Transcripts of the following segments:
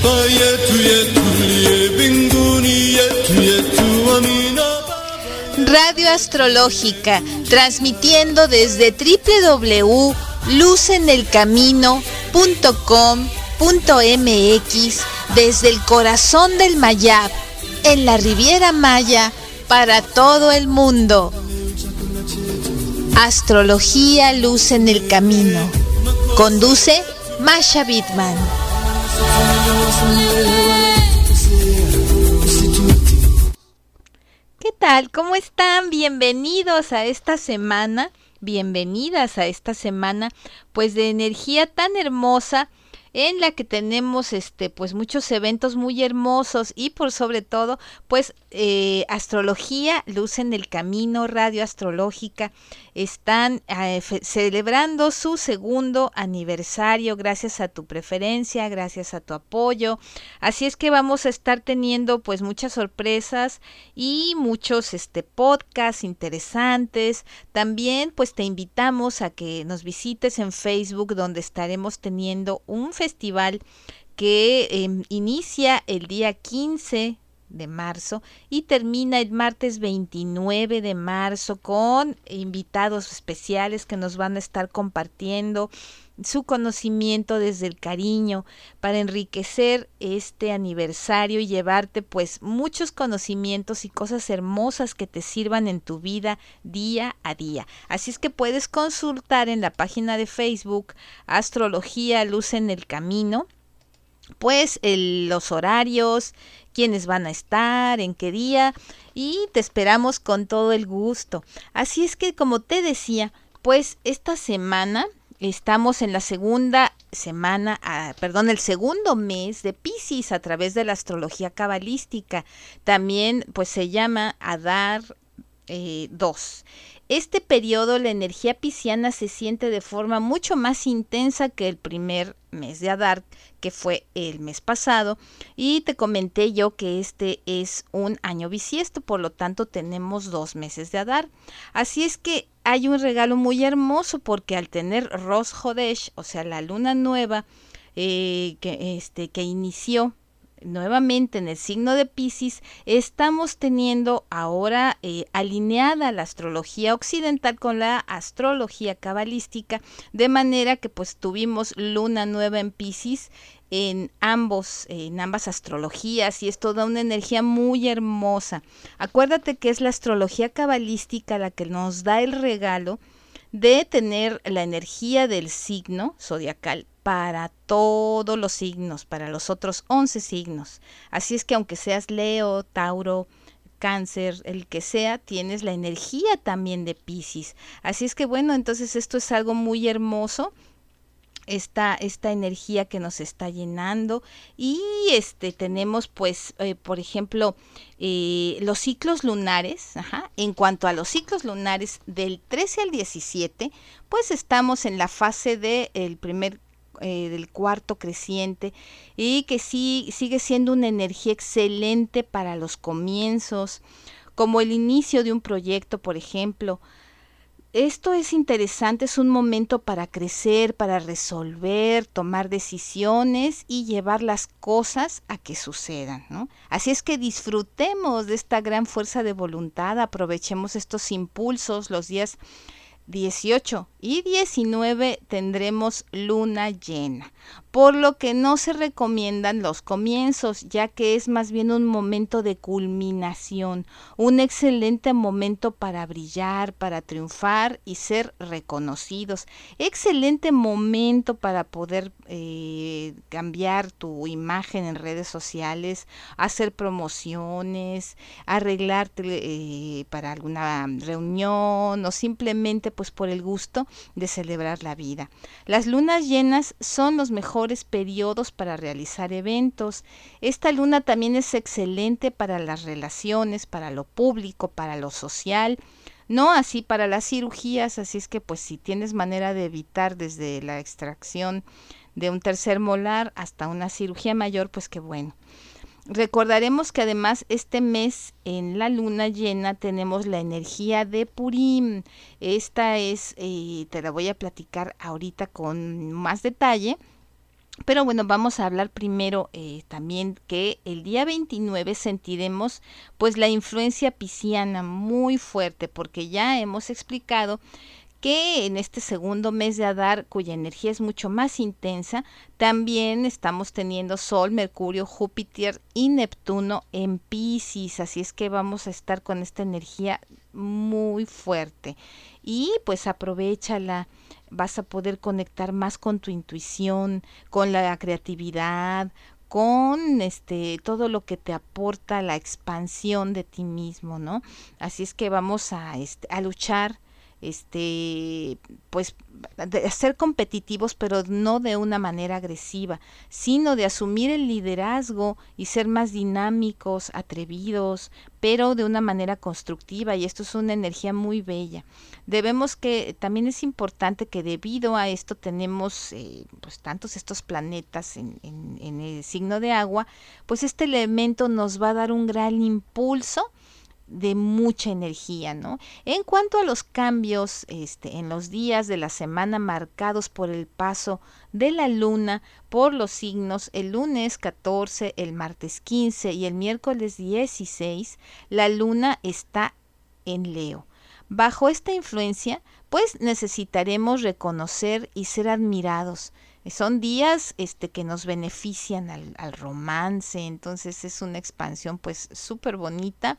Radio Astrológica, transmitiendo desde www.luzenelcamino.com.mx desde el corazón del Mayab, en la Riviera Maya, para todo el mundo. Astrología Luz en el Camino. Conduce Masha Bitman. ¿Qué tal? ¿Cómo están? Bienvenidos a esta semana, bienvenidas a esta semana, pues de energía tan hermosa, en la que tenemos pues muchos eventos muy hermosos y por sobre todo pues Astrología Luz en el Camino, Radio Astrológica están celebrando su segundo aniversario gracias a tu preferencia, gracias a tu apoyo, así es que vamos a estar teniendo pues muchas sorpresas y muchos podcasts interesantes. También pues te invitamos a que nos visites en Facebook, donde estaremos teniendo un festival que inicia el día 15 de marzo y termina el martes 29 de marzo con invitados especiales que nos van a estar compartiendo su conocimiento desde el cariño para enriquecer este aniversario y llevarte pues muchos conocimientos y cosas hermosas que te sirvan en tu vida día a día. Así es que puedes consultar en la página de Facebook Astrología Luz en el Camino pues los horarios, quiénes van a estar, en qué día, y te esperamos con todo el gusto. Así es que, como te decía, pues esta semana estamos en la segunda semana, el segundo mes de Piscis a través de la astrología cabalística. También pues se llama Adar 2. Este periodo la energía pisciana se siente de forma mucho más intensa que el primer mes de Adar, que fue el mes pasado, y te comenté yo que este es un año bisiesto, por lo tanto tenemos 2 meses de Adar. Así es que hay un regalo muy hermoso, porque al tener Rosh Hodesh, o sea la luna nueva que inició nuevamente en el signo de Piscis, estamos teniendo ahora alineada la astrología occidental con la astrología cabalística, de manera que pues tuvimos luna nueva en Piscis en ambas astrologías, y es toda una energía muy hermosa. Acuérdate que es la astrología cabalística la que nos da el regalo de tener la energía del signo zodiacal para todos los signos, para los otros 11 signos. Así es que aunque seas Leo, Tauro, Cáncer, el que sea, tienes la energía también de Piscis. Así es que bueno, entonces esto es algo muy hermoso. Esta energía que nos está llenando, y tenemos pues por ejemplo los ciclos lunares. En cuanto a los ciclos lunares del 13 al 17, pues estamos en la fase del cuarto creciente, y que sí sigue siendo una energía excelente para los comienzos, como el inicio de un proyecto, por ejemplo. Esto es interesante, es un momento para crecer, para resolver, tomar decisiones y llevar las cosas a que sucedan, ¿no? Así es que disfrutemos de esta gran fuerza de voluntad, aprovechemos estos impulsos. Los días 18 y 19 tendremos luna llena, por lo que no se recomiendan los comienzos, ya que es más bien un momento de culminación, un excelente momento para brillar, para triunfar y ser reconocidos. Excelente momento para poder cambiar tu imagen en redes sociales, hacer promociones, arreglarte para alguna reunión, o simplemente pues por el gusto de celebrar la vida. Las lunas llenas son los mejores periodos para realizar eventos. Esta luna también es excelente para las relaciones, para lo público, para lo social, no así para las cirugías. Así es que pues si tienes manera de evitar desde la extracción de un tercer molar hasta una cirugía mayor, pues qué bueno. Recordaremos que además este mes en la luna llena tenemos la energía de Purim. Esta es, te la voy a platicar ahorita con más detalle, Pero bueno, vamos a hablar primero también que el día 29 sentiremos pues la influencia pisciana muy fuerte, porque ya hemos explicado que en este segundo mes de Adar, cuya energía es mucho más intensa, también estamos teniendo Sol, Mercurio, Júpiter y Neptuno en Piscis, así es que vamos a estar con esta energía muy fuerte y pues aprovéchala, vas a poder conectar más con tu intuición, con la creatividad, con todo lo que te aporta la expansión de ti mismo, ¿no? Así es que vamos a luchar pues de ser competitivos, pero no de una manera agresiva, sino de asumir el liderazgo y ser más dinámicos, atrevidos, pero de una manera constructiva, y esto es una energía muy bella. Debemos que, también es importante que debido a esto tenemos pues tantos estos planetas en el signo de agua, pues este elemento nos va a dar un gran impulso de mucha energía, ¿no? En cuanto a los cambios en los días de la semana marcados por el paso de la luna por los signos, el lunes 14, el martes 15 y el miércoles 16, la luna está en Leo. Bajo esta influencia, pues necesitaremos reconocer y ser admirados. Son días que nos benefician al romance, entonces es una expansión pues súper bonita,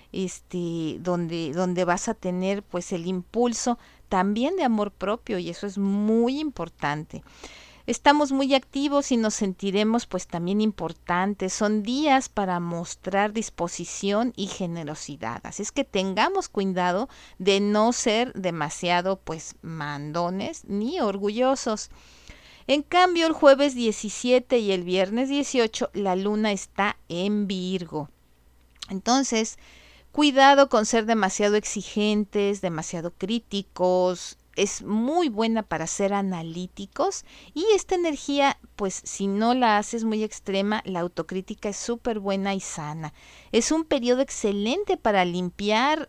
donde vas a tener pues el impulso también de amor propio, y eso es muy importante. Estamos muy activos y nos sentiremos pues también importantes. Son días para mostrar disposición y generosidad. Así es que tengamos cuidado de no ser demasiado pues mandones ni orgullosos. En cambio, el jueves 17 y el viernes 18 la luna está en Virgo. Entonces, cuidado con ser demasiado exigentes, demasiado críticos. Es muy buena para ser analíticos, y esta energía, pues si no la haces muy extrema, la autocrítica es súper buena y sana. Es un periodo excelente para limpiar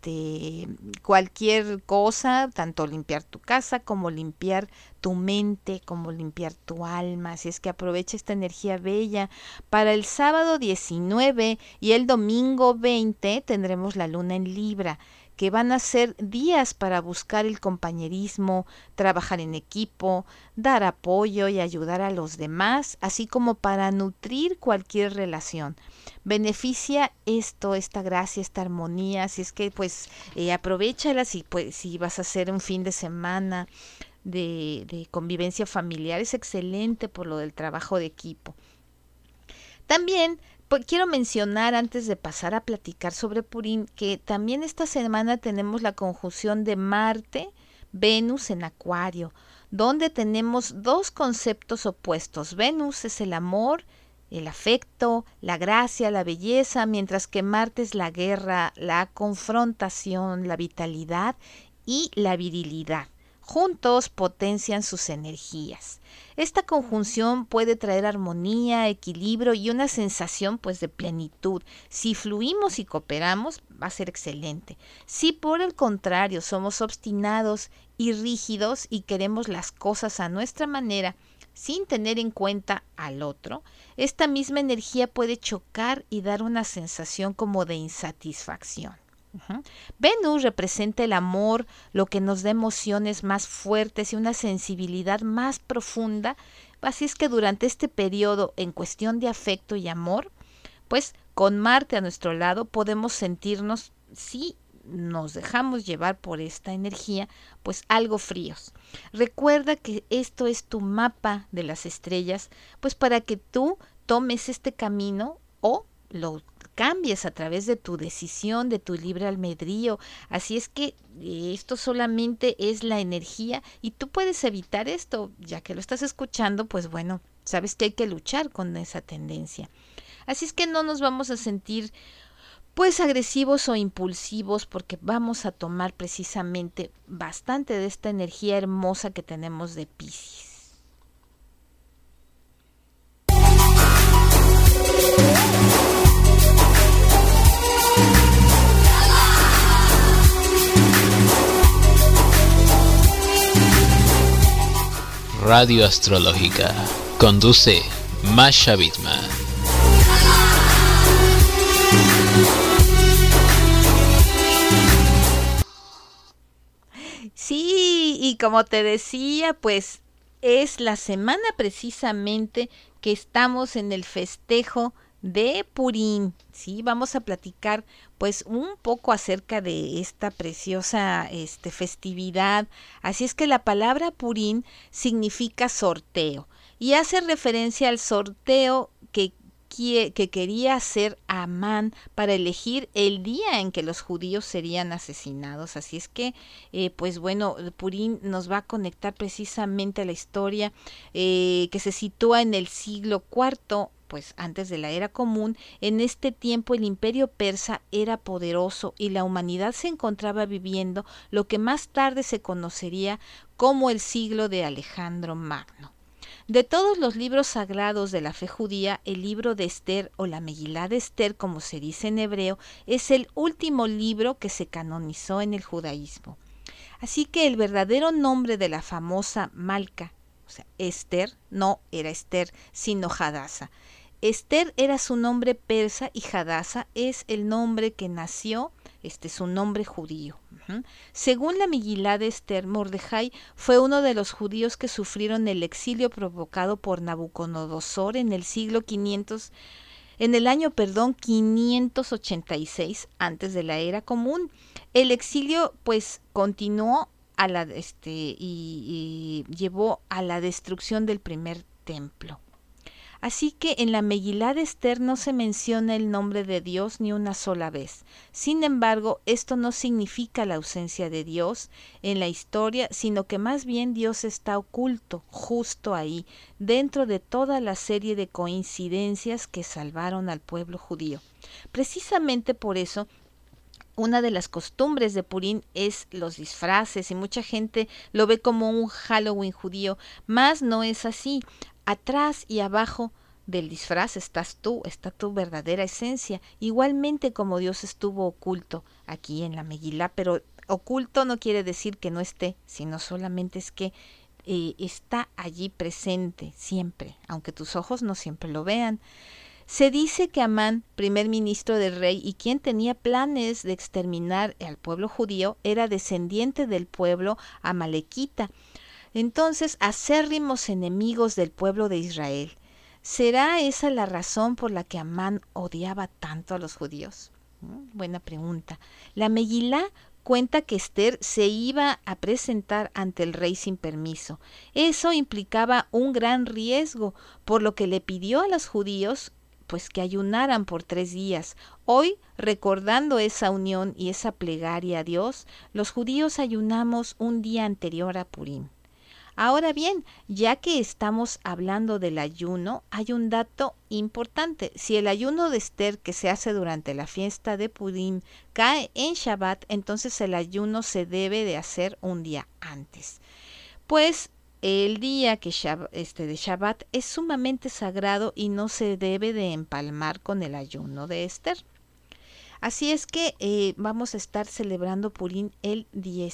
cualquier cosa, tanto limpiar tu casa como limpiar tu mente, como limpiar tu alma. Así es que aprovecha esta energía bella. Para el sábado 19 y el domingo 20 tendremos la luna en Libra, que van a ser días para buscar el compañerismo, trabajar en equipo, dar apoyo y ayudar a los demás, así como para nutrir cualquier relación. Beneficia esta gracia, esta armonía, así es que pues aprovéchala si vas a hacer un fin de semana de convivencia familiar, es excelente por lo del trabajo de equipo. También quiero mencionar, antes de pasar a platicar sobre Purim, que también esta semana tenemos la conjunción de Marte, Venus en Acuario, donde tenemos dos conceptos opuestos. Venus es el amor, el afecto, la gracia, la belleza, mientras que Marte es la guerra, la confrontación, la vitalidad y la virilidad. Juntos potencian sus energías. Esta conjunción puede traer armonía, equilibrio y una sensación pues de plenitud. Si fluimos y cooperamos, va a ser excelente. Si por el contrario somos obstinados y rígidos y queremos las cosas a nuestra manera, sin tener en cuenta al otro, esta misma energía puede chocar y dar una sensación como de insatisfacción. Venus representa el amor, lo que nos da emociones más fuertes y una sensibilidad más profunda. Así es que durante este periodo, en cuestión de afecto y amor, pues con Marte a nuestro lado podemos sentirnos, si nos dejamos llevar por esta energía, pues algo fríos. Recuerda que esto es tu mapa de las estrellas, pues para que tú tomes este camino o lo cambies a través de tu decisión, de tu libre albedrío. Así es que esto solamente es la energía y tú puedes evitar esto, ya que lo estás escuchando, pues bueno, sabes que hay que luchar con esa tendencia. Así es que no nos vamos a sentir pues agresivos o impulsivos, porque vamos a tomar precisamente bastante de esta energía hermosa que tenemos de Piscis. Radio Astrológica, Conduce Masha Bitman. Sí, y como te decía, pues es la semana precisamente que estamos en el festejo de Purín. Sí, vamos a platicar pues un poco acerca de esta preciosa festividad. Así es que la palabra Purín significa sorteo y hace referencia al sorteo que quería hacer Amán para elegir el día en que los judíos serían asesinados. Así es que, pues bueno, Purín nos va a conectar precisamente a la historia que se sitúa en el siglo IV, pues antes de la era común. En este tiempo el imperio persa era poderoso y la humanidad se encontraba viviendo lo que más tarde se conocería como el siglo de Alejandro Magno. De todos los libros sagrados de la fe judía, el libro de Esther o la Megilá de Esther, como se dice en hebreo, es el último libro que se canonizó en el judaísmo. Así que el verdadero nombre de la famosa Malca, o sea, Esther, no era Esther, sino Hadasa. Esther era su nombre persa y Hadasa es el nombre que nació, su nombre judío. Según la Megilá de Esther, Mordejai fue uno de los judíos que sufrieron el exilio provocado por Nabucodonosor en el siglo 500, en el año, 586 antes de la era común. El exilio pues continuó a y llevó a la destrucción del primer templo. Así que en la Megilá de Esther no se menciona el nombre de Dios ni una sola vez. Sin embargo, esto no significa la ausencia de Dios en la historia, sino que más bien Dios está oculto, justo ahí, dentro de toda la serie de coincidencias que salvaron al pueblo judío. Precisamente por eso, una de las costumbres de Purín es los disfraces y mucha gente lo ve como un Halloween judío, mas no es así. Atrás y abajo del disfraz estás tú, está tu verdadera esencia, igualmente como Dios estuvo oculto aquí en la Megilá, pero oculto no quiere decir que no esté, sino solamente es que está allí presente siempre, aunque tus ojos no siempre lo vean. Se dice que Amán, primer ministro del rey y quien tenía planes de exterminar al pueblo judío, era descendiente del pueblo amalequita. Entonces, acérrimos enemigos del pueblo de Israel. ¿Será esa la razón por la que Amán odiaba tanto a los judíos? Buena pregunta. La Megilá cuenta que Esther se iba a presentar ante el rey sin permiso. Eso implicaba un gran riesgo, por lo que le pidió a los judíos pues que ayunaran por 3 días. Hoy, recordando esa unión y esa plegaria a Dios, los judíos ayunamos un día anterior a Purim. Ahora bien, ya que estamos hablando del ayuno, hay un dato importante. Si el ayuno de Esther que se hace durante la fiesta de Purim cae en Shabbat, entonces el ayuno se debe de hacer un día antes. Pues el día de Shabbat es sumamente sagrado y no se debe de empalmar con el ayuno de Esther. Así es que vamos a estar celebrando Purim el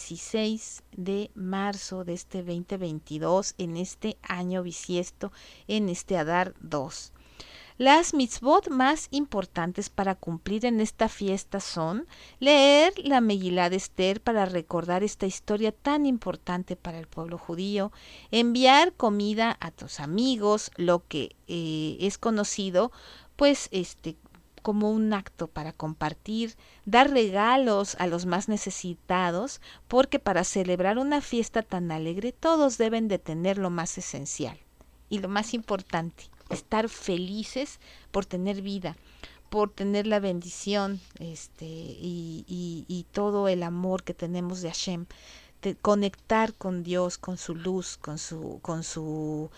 16 de marzo de este 2022, en este año bisiesto, en este Adar 2. Las mitzvot más importantes para cumplir en esta fiesta son leer la Megilá de Esther para recordar esta historia tan importante para el pueblo judío, enviar comida a tus amigos, lo que es conocido pues como un acto para compartir, dar regalos a los más necesitados, porque para celebrar una fiesta tan alegre todos deben de tener lo más esencial y lo más importante, estar felices por tener vida, por tener la bendición y todo el amor que tenemos de Hashem, de conectar con Dios, con su luz, con su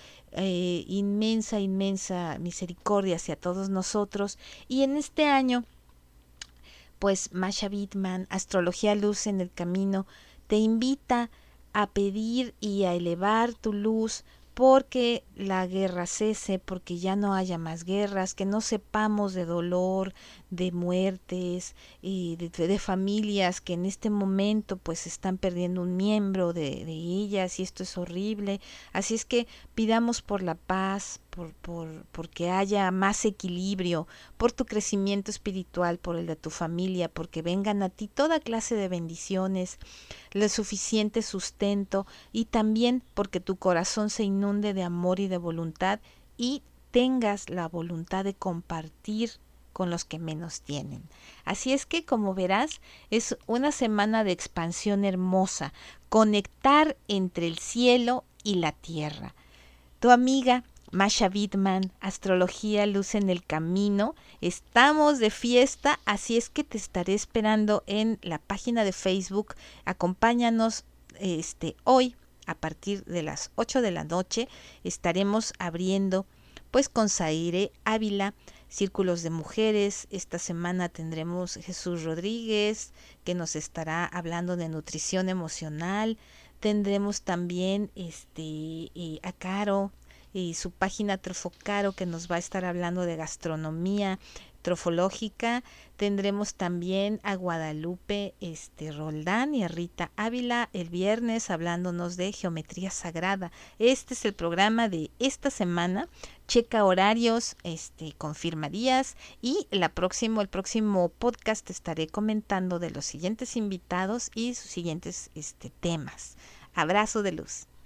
inmensa misericordia hacia todos nosotros. Y en este año, pues Masha Bitman, Astrología Luz en el Camino, te invita a pedir y a elevar tu luz porque la guerra cese, porque ya no haya más guerras, que no sepamos de dolor, de muertes y de familias que en este momento pues están perdiendo un miembro de ellas, y esto es horrible. Así es que pidamos por la paz, porque haya más equilibrio, por tu crecimiento espiritual, por el de tu familia, porque vengan a ti toda clase de bendiciones, el suficiente sustento, y también porque tu corazón se inunde de amor y de voluntad y tengas la voluntad de compartir con los que menos tienen. Así es que, como verás, es una semana de expansión hermosa, conectar entre el cielo y la tierra. Tu amiga Masha Bitman, Astrología Luz en el Camino. Estamos de fiesta, así es que te estaré esperando en la página de Facebook. Acompáñanos hoy a partir de las 8 de la noche. Estaremos abriendo pues con Zaire Ávila, Círculos de Mujeres. Esta semana tendremos Jesús Rodríguez, que nos estará hablando de nutrición emocional. Tendremos también a Caro y su página Trofocaro, que nos va a estar hablando de gastronomía trofológica. Tendremos también a Guadalupe Roldán y a Rita Ávila el viernes hablándonos de geometría sagrada. Este es el programa de esta semana. Checa horarios, confirma días, y el próximo podcast estaré comentando de los siguientes invitados y sus siguientes temas. Abrazo de luz.